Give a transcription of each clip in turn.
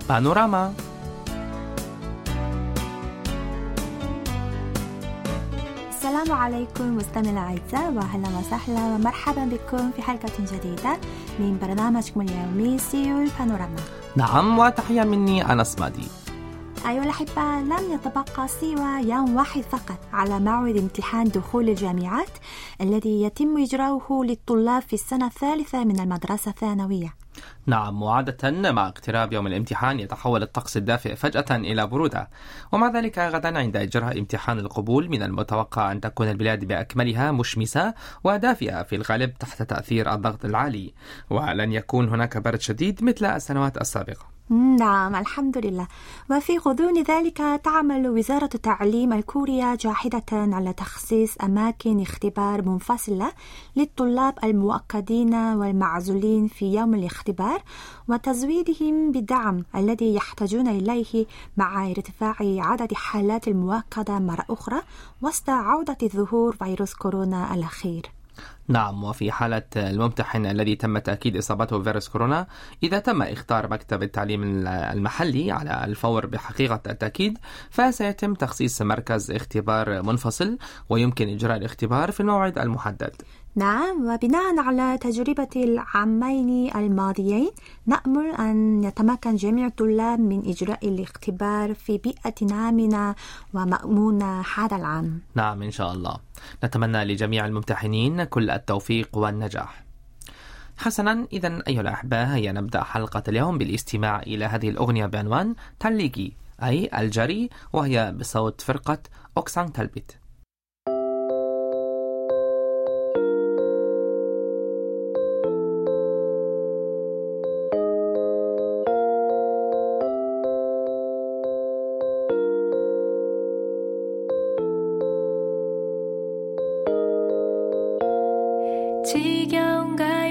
بانوراما. السلام عليكم مستمعي الأعزاء، وأهلا وسهلا ومرحبا بكم في حلقة جديدة من برنامجكم اليومي سيول بانوراما. نعم، وتحية مني أنس مادي. أيها الأحبة، لم يتبقى سوى يوم واحد فقط على موعد امتحان دخول الجامعات الذي يتم إجراؤه للطلاب في السنة الثالثة من المدرسة الثانوية. نعم، وعادة مع اقتراب يوم الامتحان يتحول الطقس الدافئ فجأة إلى برودة، ومع ذلك غدا عند إجراء امتحان القبول من المتوقع أن تكون البلاد بأكملها مشمسة ودافئة في الغالب تحت تأثير الضغط العالي، ولن يكون هناك برد شديد مثل السنوات السابقة. نعم، الحمد لله. وفي غضون ذلك تعمل وزارة التعليم الكورية جاهدة على تخصيص أماكن اختبار منفصلة للطلاب المؤكدين والمعزولين في يوم الاختبار، وتزويدهم بالدعم الذي يحتاجون إليه مع ارتفاع عدد حالات المؤكدة مرة أخرى وسط عودة ظهور فيروس كورونا الأخير. نعم، وفي حالة الممتحن الذي تم تأكيد إصابته بفيروس كورونا، إذا تم اختار مكتب التعليم المحلي على الفور بحقيقة التأكيد، فسيتم تخصيص مركز اختبار منفصل ويمكن إجراء الاختبار في الموعد المحدد. نعم، وبناء على تجربة العامين الماضيين نأمل أن يتمكن جميع الطلاب من إجراء الاختبار في بيئة آمنة ومأمونة هذا العام. نعم إن شاء الله، نتمنى لجميع الممتحنين كل التوفيق والنجاح. حسنا، إذن أيها الأحبة، هيا نبدأ حلقة اليوم بالاستماع إلى هذه الأغنية بعنوان تاليجي أي الجري، وهي بصوت فرقة أوكسان تلبيت. 지겨운가요?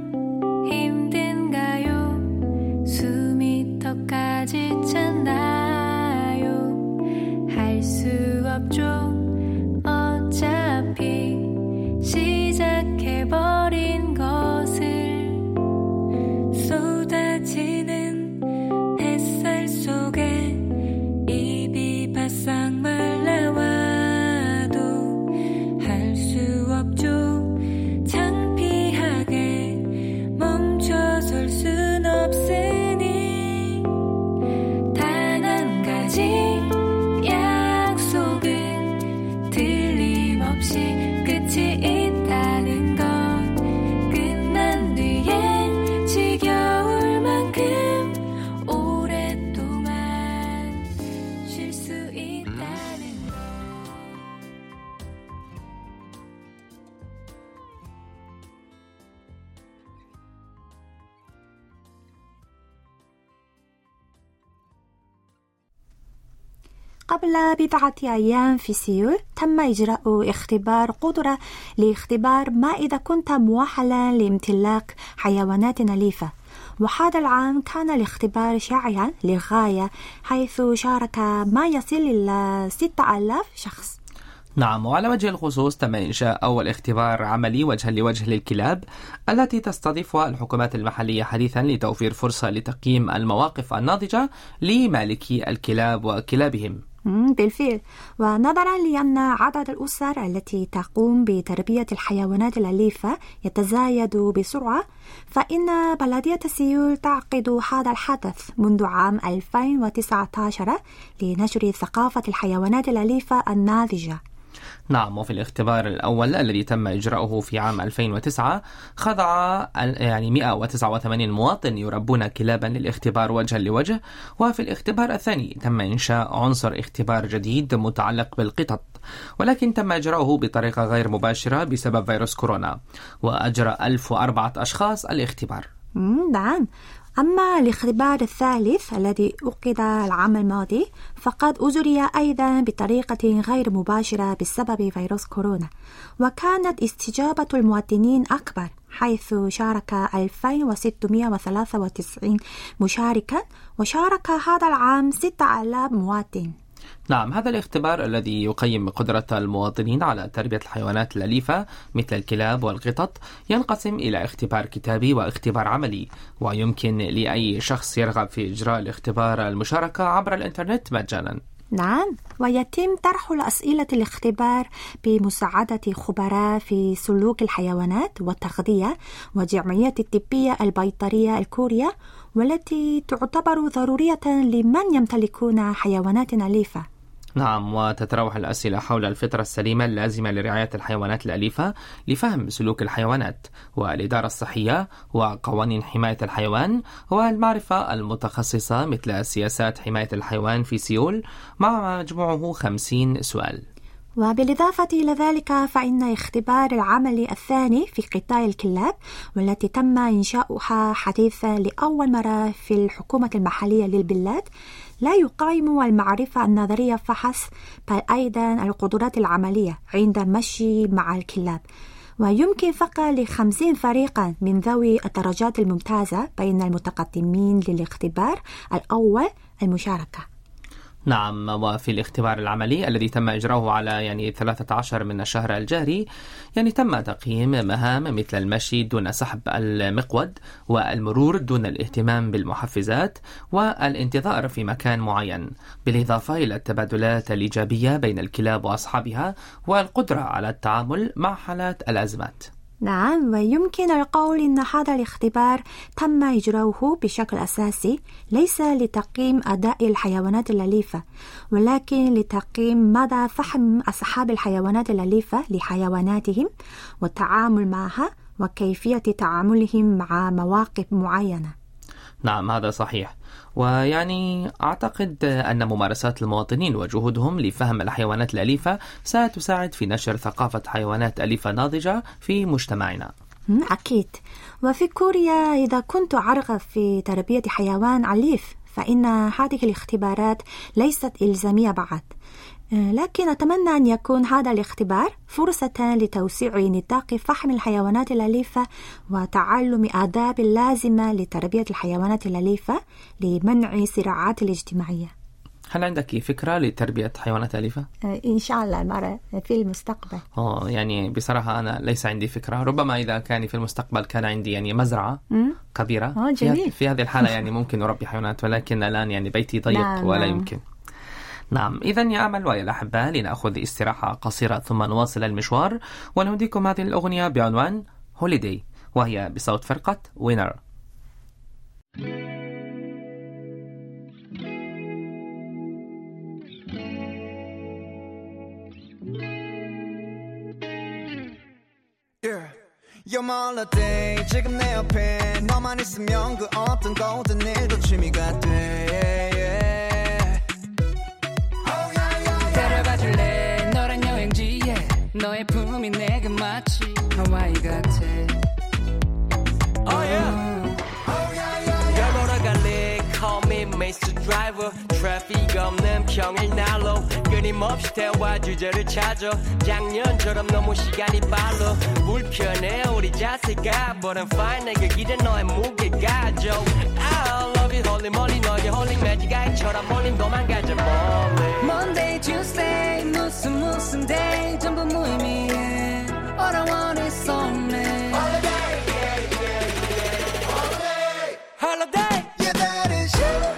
힘든가요? 숨이 턱까지 찼나요? 할 수 없죠. 어차피 시작해버린 것을 쏟아지는 햇살 속에 입이 바싹 말라와도 할 수 없죠. 멈춰설 순 없으니 단 한 가지 약속은 틀림없이 끝이 있다는 것. 끝난 뒤에 지겨울 만큼 오랫동안 쉴 수 있다는 것. قبل بضعة أيام في سيول تم إجراء اختبار قدرة لاختبار ما إذا كنت مؤهلا لامتلاك حيوانات أليفة، وهذا العام كان الاختبار شائعا للغاية حيث شارك ما يصل إلى 6000 شخص. نعم، وعلى وجه الخصوص تم إنشاء أول اختبار عملي وجها لوجه للكلاب التي تستضيفها الحكومات المحلية حديثا لتوفير فرصة لتقييم المواقف الناضجة لمالكي الكلاب وكلابهم. بالفعل، ونظرا لأن عدد الأسر التي تقوم بتربية الحيوانات الأليفة يتزايد بسرعة، فإن بلدية سيول تعقد هذا الحدث منذ عام 2019 لنشر ثقافة الحيوانات الأليفة الناضجة. نعم، وفي الاختبار الأول الذي تم إجراؤه في عام 2009 خضع 189 مواطن يربون كلابا للاختبار وجها لوجه، وفي الاختبار الثاني تم إنشاء عنصر اختبار جديد متعلق بالقطط، ولكن تم إجراؤه بطريقة غير مباشرة بسبب فيروس كورونا، وأجرى 1004 أشخاص الاختبار. نعم، أما الاختبار الثالث الذي عقد العام الماضي فقد أجري أيضا بطريقة غير مباشرة بسبب فيروس كورونا، وكانت استجابة المواطنين أكبر حيث شارك 2693 مشاركا، وشارك هذا العام 6000 مواطن. نعم، هذا الاختبار الذي يقيم قدرة المواطنين على تربية الحيوانات الأليفة مثل الكلاب والقطط ينقسم إلى اختبار كتابي واختبار عملي، ويمكن لأي شخص يرغب في إجراء الاختبار المشاركة عبر الإنترنت مجانا. نعم، ويتم طرح الأسئلة الاختبار بمساعدة خبراء في سلوك الحيوانات والتغذية والجمعية الطبية البيطرية الكورية، والتي تعتبر ضرورية لمن يمتلكون حيوانات أليفة. نعم، وتتراوح الأسئلة حول الفطرة السليمة اللازمة لرعاية الحيوانات الأليفة لفهم سلوك الحيوانات والإدارة الصحية وقوانين حماية الحيوان والمعرفة المتخصصة مثل سياسات حماية الحيوان في سيول، مع مجموعه 50 سؤال. وبالإضافة إلى ذلك فإن اختبار العمل الثاني في قطاع الكلاب، والتي تم إنشاؤها حديثا لأول مرة في الحكومة المحلية للبلاد، لا يقيم المعرفة النظرية فحسب بل أيضا القدرات العملية عند المشي مع الكلاب. ويمكن فقط ل50 فريقا من ذوي الدرجات الممتازة بين المتقدمين للاختبار الأول المشاركة. نعم، وفي الاختبار العملي الذي تم إجراؤه على 13 من الشهر الجاري تم تقييم مهام مثل المشي دون سحب المقود والمرور دون الاهتمام بالمحفزات والانتظار في مكان معين، بالإضافة إلى التبادلات الإيجابية بين الكلاب وأصحابها والقدرة على التعامل مع حالات الأزمات. نعم، ويمكن القول إن هذا الاختبار تم إجراؤه بشكل أساسي ليس لتقييم أداء الحيوانات الأليفة، ولكن لتقييم مدى فهم أصحاب الحيوانات الأليفة لحيواناتهم والتعامل معها وكيفية تعاملهم مع مواقف معينة. نعم، هذا صحيح. أعتقد أن ممارسات المواطنين وجهودهم لفهم الحيوانات الأليفة ستساعد في نشر ثقافة حيوانات أليفة ناضجة في مجتمعنا. أكيد. وفي كوريا إذا كنت أرغب في تربية حيوان أليف فإن هذه الاختبارات ليست إلزامية بعد، لكن أتمنى أن يكون هذا الاختبار فرصة لتوسيع نطاق فهم الحيوانات الأليفة وتعلم آداب اللازمة لتربية الحيوانات الأليفة لمنع الصراعات الاجتماعية. هل عندك فكرة لتربية حيوانات أليفة؟ إن شاء الله مرة في المستقبل. بصراحة أنا ليس عندي فكرة. ربما إذا كان في المستقبل كان عندي مزرعة كبيرة في هذه الحالة ممكن أربي حيوانات، ولكن الآن بيتي ضيق ولا يمكن. نعم، إذن يا أمل ويا الأحبة لنأخذ استراحة قصيرة ثم نواصل المشوار ونهديكم هذه الأغنية بعنوان هوليداي، وهي بصوت فرقة وينر. You're my holiday 지금 내 옆에 너만 있으면 그 어떤 거든 일도 취미가 돼. 데려가 줄래 너란 여행지에 너의 품이 내게 마치 하와이 같아. 널 보러 갈래 Call me Mr. Driver 트래픽 없는 평일 날로 끊임없이 대화 주제를 찾아. 작년처럼 너무 시간이 빨라. 불편해 우리 자세가 But I'm fine 내게 기대 너의 무게가 줘. I love you holy moly 너의 holy magic 아이처럼 몰린 도망가자 멀리. Monday, Tuesday 무슨 day 전부 무의미해. All I want is only Holiday, Holiday yeah that is you.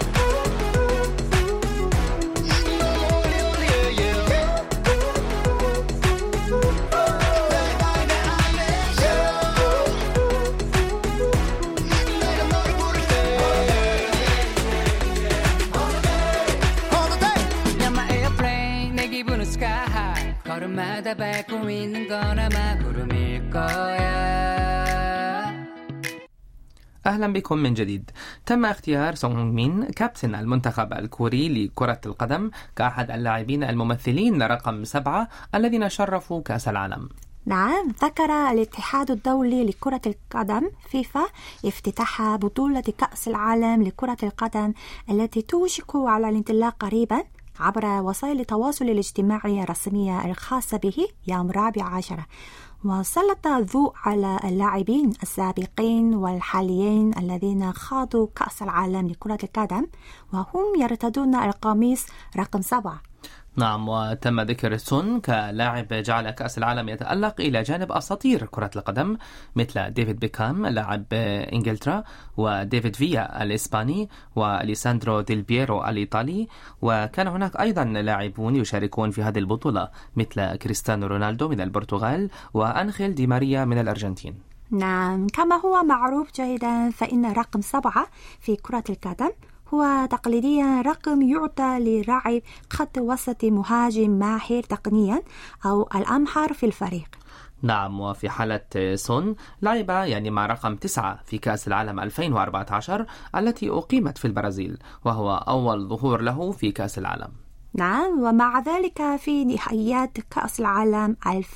걸음마다 밟고 있는 건 아마 구름일 거야. أهلا بكم من جديد. تم اختيار سونغ هونغ مين كابتن المنتخب الكوري لكرة القدم كأحد اللاعبين الممثلين رقم 7 الذين شرفوا كأس العالم. نعم، ذكر الاتحاد الدولي لكرة القدم فيفا افتتاح بطولة كأس العالم لكرة القدم التي توشك على الانطلاق قريبا عبر وسائل التواصل الاجتماعي الرسمية الخاصة به يوم 14، وسلط الضوء على اللاعبين السابقين والحاليين الذين خاضوا كأس العالم لكرة القدم وهم يرتدون القميص رقم 7. نعم، وتم ذكر سون كلاعب جعل كأس العالم يتألق إلى جانب أساطير كرة القدم مثل ديفيد بيكهام لاعب إنجلترا، وديفيد فيا الإسباني، وأليساندرو ديل بييرو الإيطالي. وكان هناك أيضا لاعبون يشاركون في هذه البطولة مثل كريستيانو رونالدو من البرتغال وأنخيل دي ماريا من الأرجنتين. نعم، كما هو معروف جيدا فإن رقم 7 في كرة القدم هو تقليديا رقم يعطى للاعب خط وسط مهاجم ماهر تقنيا أو الأمهر في الفريق. نعم، وفي حالة سون لعب مع رقم 9 في كأس العالم 2014 التي أقيمت في البرازيل، وهو أول ظهور له في كأس العالم. نعم، ومع ذلك في نهائيات كأس العالم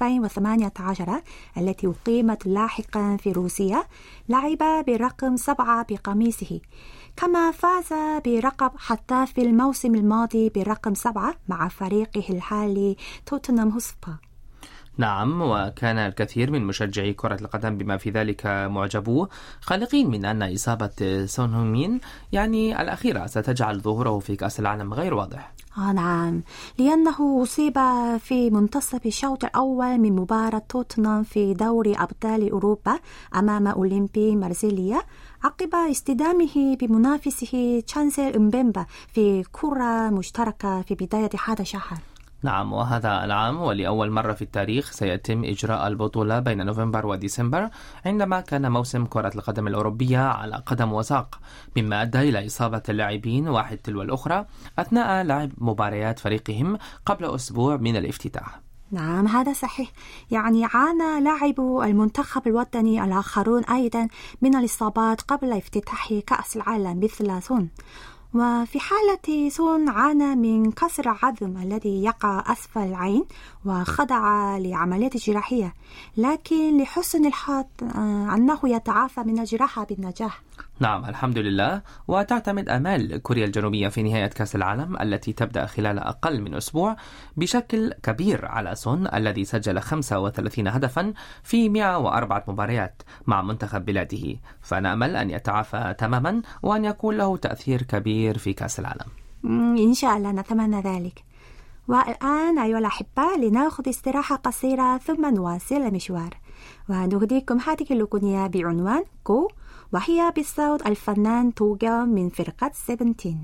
2018 التي أقيمت لاحقا في روسيا لعب برقم 7 بقميصه، كما فاز برقم حتى في الموسم الماضي برقم 7 مع فريقه الحالي توتنهام هوتسبير. نعم، وكان الكثير من مشجعي كرة القدم بما في ذلك معجبوه، قلقين من أن إصابة سون هومين الأخيرة ستجعل ظهوره في كأس العالم غير واضح. نعم، لأنه أصيب في منتصف الشوط الأول من مباراة توتنهام في دوري أبطال أوروبا أمام أولمبي مارسيليا عقب اصطدامه بمنافسه تشانسل إمبيمبا في كرة مشتركة في بداية هذا الشهر. نعم، وهذا العام ولأول مرة في التاريخ سيتم إجراء البطولة بين نوفمبر وديسمبر، عندما كان موسم كرة القدم الأوروبية على قدم وساق، مما أدى إلى إصابة اللاعبين واحد تلو الأخرى أثناء لعب مباريات فريقهم قبل أسبوع من الافتتاح. نعم، هذا صحيح. عانى لاعبو المنتخب الوطني الآخرون أيضا من الإصابات قبل افتتاح كأس العالم مثل سون. وفي حالة سون عانى من كسر العظم الذي يقع أسفل العين وخضع لعملية جراحية، لكن لحسن الحظ أنه يتعافى من الجراحة بالنجاح. نعم، الحمد لله. وتعتمد آمال كوريا الجنوبية في نهاية كأس العالم التي تبدأ خلال أقل من أسبوع بشكل كبير على سون الذي سجل 35 هدفا في 104 مباريات مع منتخب بلاده، فنأمل أن يتعافى تماما وأن يكون له تأثير كبير في كأس العالم. إن شاء الله نتمنى ذلك. والآن أيها الأحبة لنأخذ استراحة قصيرة ثم نواصل المشوار، ونهديكم هذه الأغنية بعنوان كو، وهي بصوت الفنان توغيون من فرقة 17.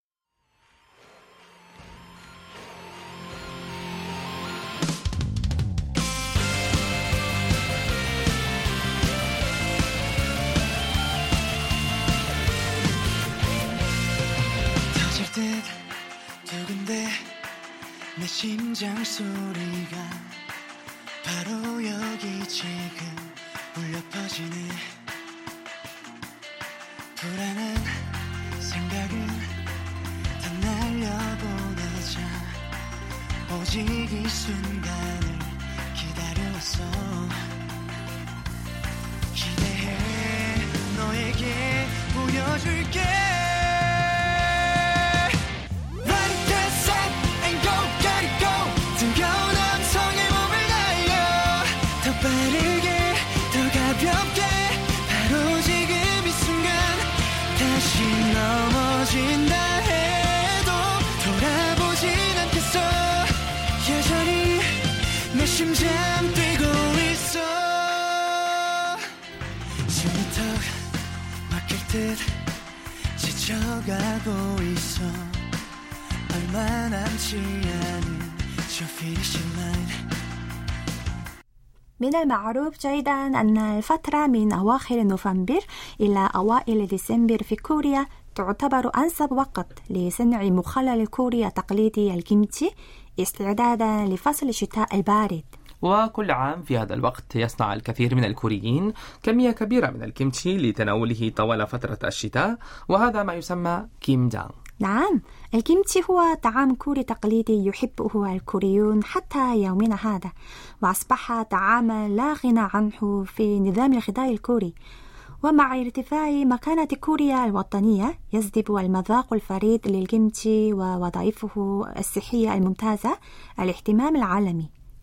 내 심장 소리가 바로 여기 지금 울려 퍼지네. 불안한 생각은 다 날려보내자 오직 이 순간을 기다려왔어. 기대해 너에게 보여줄게. 빠르게 더 가볍게 바로 지금 이 순간 다시 넘어진다 해도 돌아보진 않겠어. 여전히 내 심장 뛰고 있어. 숨이 턱 막힐 듯 지쳐가고 있어. 얼마 남지 않은 저 finishing line. من المعروف جيدا أن الفترة من أواخر نوفمبر إلى أوائل ديسمبر في كوريا تعتبر أنسب وقت لصنع مخلل الكوري التقليدي الكيمتشي استعدادا لفصل الشتاء البارد. وكل عام في هذا الوقت يصنع الكثير من الكوريين كمية كبيرة من الكيمتشي لتناوله طوال فترة الشتاء، وهذا ما يسمى كيمجان. نعم، الكيمتشي هو طعام كوري تقليدي يحبه الكوريون حتى يومنا هذا، وأصبح طعاما لا غنى عنه في نظام الغذاء الكوري. ومع ارتفاع مكانة كوريا الوطنية يجذب المذاق الفريد للكيمتشي ووظائفه الصحية الممتازة الاهتمام العالمي.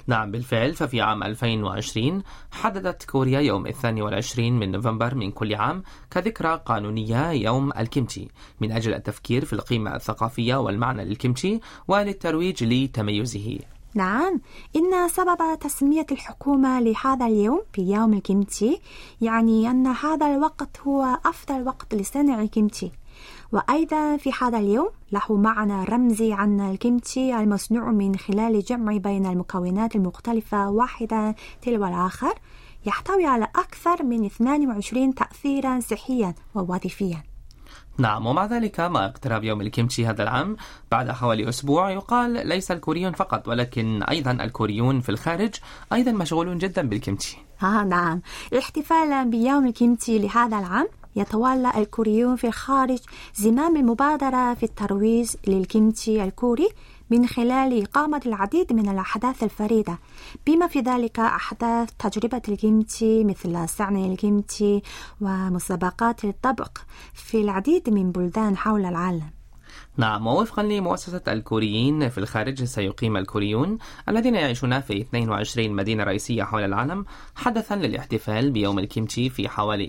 نعم بالفعل، ففي عام 2020 حددت كوريا يوم 22 من نوفمبر من كل عام كذكرى قانونية يوم الكيمتشي من أجل التفكير في القيمة الثقافية والمعنى للكيمتشي وللترويج لتميزه. نعم، إن سبب تسمية الحكومة لهذا اليوم بيوم الكيمتشي يعني أن هذا الوقت هو أفضل وقت لصنع الكيمتشي، وأيضا في هذا اليوم له معنى رمزي عن الكيمتشي المصنوع من خلال جمع بين المكونات المختلفة واحدا تلو الآخر، يحتوي على أكثر من 22 تأثيرا صحيا ووظيفيا. نعم، ومع ذلك مع اقتراب يوم الكيمتشي هذا العام بعد حوالي أسبوع يقال ليس الكوريون فقط ولكن أيضا الكوريون في الخارج أيضا مشغولون جدا بالكيمتشي. نعم، احتفالا بيوم الكيمتشي لهذا العام يتولى الكوريون في الخارج زمام المبادرة في الترويج للكيمتشي الكوري من خلال إقامة العديد من الأحداث الفريدة، بما في ذلك أحداث تجربة الكيمتشي مثل صنع الكيمتشي ومسابقات الطبخ في العديد من بلدان حول العالم. نعم، ووفقا لمؤسسة الكوريين في الخارج سيقيم الكوريون الذين يعيشون في 22 مدينة رئيسية حول العالم حدثا للاحتفال بيوم الكيمتشي في حوالي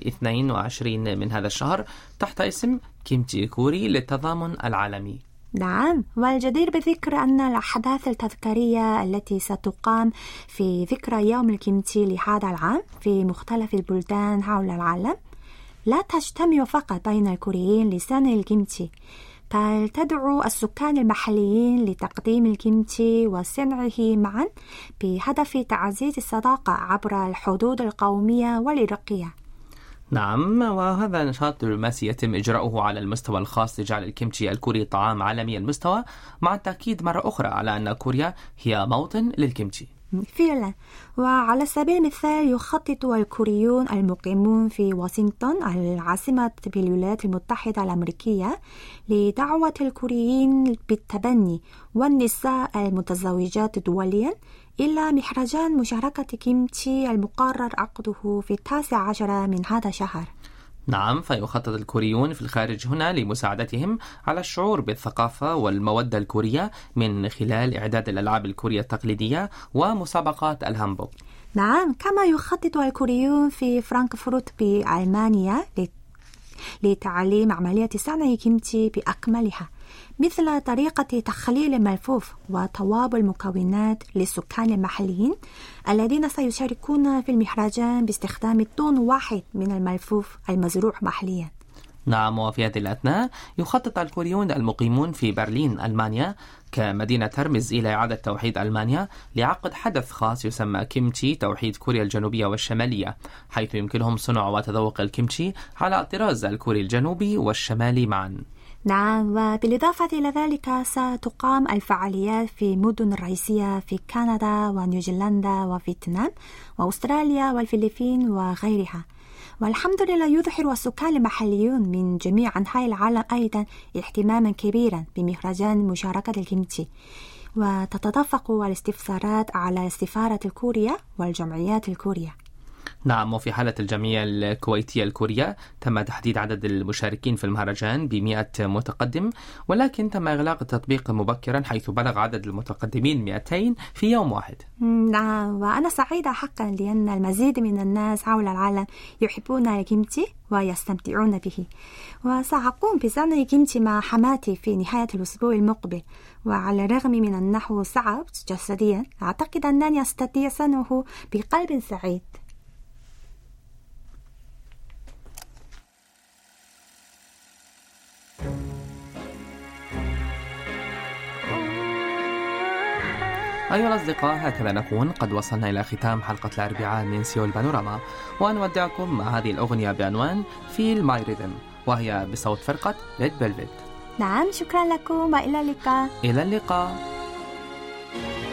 22 من هذا الشهر تحت اسم كيمتشي كوري للتضامن العالمي. نعم، والجدير بذكر أن الأحداث التذكارية التي ستقام في ذكرى يوم الكيمتشي لهذا العام في مختلف البلدان حول العالم لا تجتمع فقط بين الكوريين لصنع الكيمتشي، بل تدعو السكان المحليين لتقديم الكيمتشي وصنعه معا بهدف تعزيز الصداقة عبر الحدود القومية والعرقية. نعم، وهذا نشاط دبلوماسي يتم إجراؤه على المستوى الخاص لجعل الكيمتشي الكوري طعام عالمي المستوى، مع التأكيد مرة أخرى على أن كوريا هي موطن للكيمتشي. فعلا، وعلى سبيل المثال يخطط الكوريون المقيمون في واشنطن العاصمة بالولايات المتحدة الأمريكية لدعوة الكوريين بالتبني والنساء المتزوجات دوليا إلى مهرجان مشاركة كيمتشي المقرر عقده في 19 من هذا الشهر. نعم، فيخطط الكوريون في الخارج هنا لمساعدتهم على الشعور بالثقافة والمودة الكورية من خلال إعداد الألعاب الكورية التقليدية ومسابقات الهامبوك. نعم، كما يخطط الكوريون في فرانكفورت بألمانيا لتعليم عملية صنع كيمتشي بأكملها، مثل طريقة تخليل الملفوف وطواب المكونات للسكان المحليين الذين سيشاركون في المهرجان باستخدام طن واحد من الملفوف المزروع محليا. نعم، وفي هذه الأثناء يخطط الكوريون المقيمون في برلين ألمانيا كمدينة ترمز إلى إعادة توحيد ألمانيا لعقد حدث خاص يسمى كيمتشي توحيد كوريا الجنوبية والشمالية، حيث يمكنهم صنع وتذوق الكيمتشي على الطراز الكوري الجنوبي والشمالي معا. نعم، وبالإضافة إلى ذلك ستقام الفعاليات في مدن رئيسية في كندا ونيوزيلندا وفيتنام وأستراليا والفلبين وغيرها. والحمد لله يظهر السكان المحليون من جميع أنحاء العالم أيضا اهتماما كبيرا بمهرجان مشاركة الكيمتشي، وتتدفق الاستفسارات على السفارة الكورية والجمعيات الكورية. نعم، وفي حالة الجمعية الكويتية الكورية تم تحديد عدد المشاركين في المهرجان ب100 متقدم، ولكن تم إغلاق التطبيق مبكرا حيث بلغ عدد المتقدمين 200 في يوم واحد. نعم، وأنا سعيدة حقا لأن المزيد من الناس حول العالم يحبون الكيمتشي ويستمتعون به، وسأقوم بصنع كيمتشي مع حماتي في نهاية الأسبوع المقبل، وعلى الرغم من أنه صعب جسديا أعتقد أنني أستطيع صنعه بقلب سعيد. أيها الأصدقاء، هكذا نكون قد وصلنا إلى ختام حلقة الأربعاء من سيول بانوراما، ونودعكم مع هذه الأغنية بعنوان Feel My Rhythm، وهي بصوت فرقة Red Velvet. نعم، شكرا لكم وإلى اللقاء. إلى اللقاء.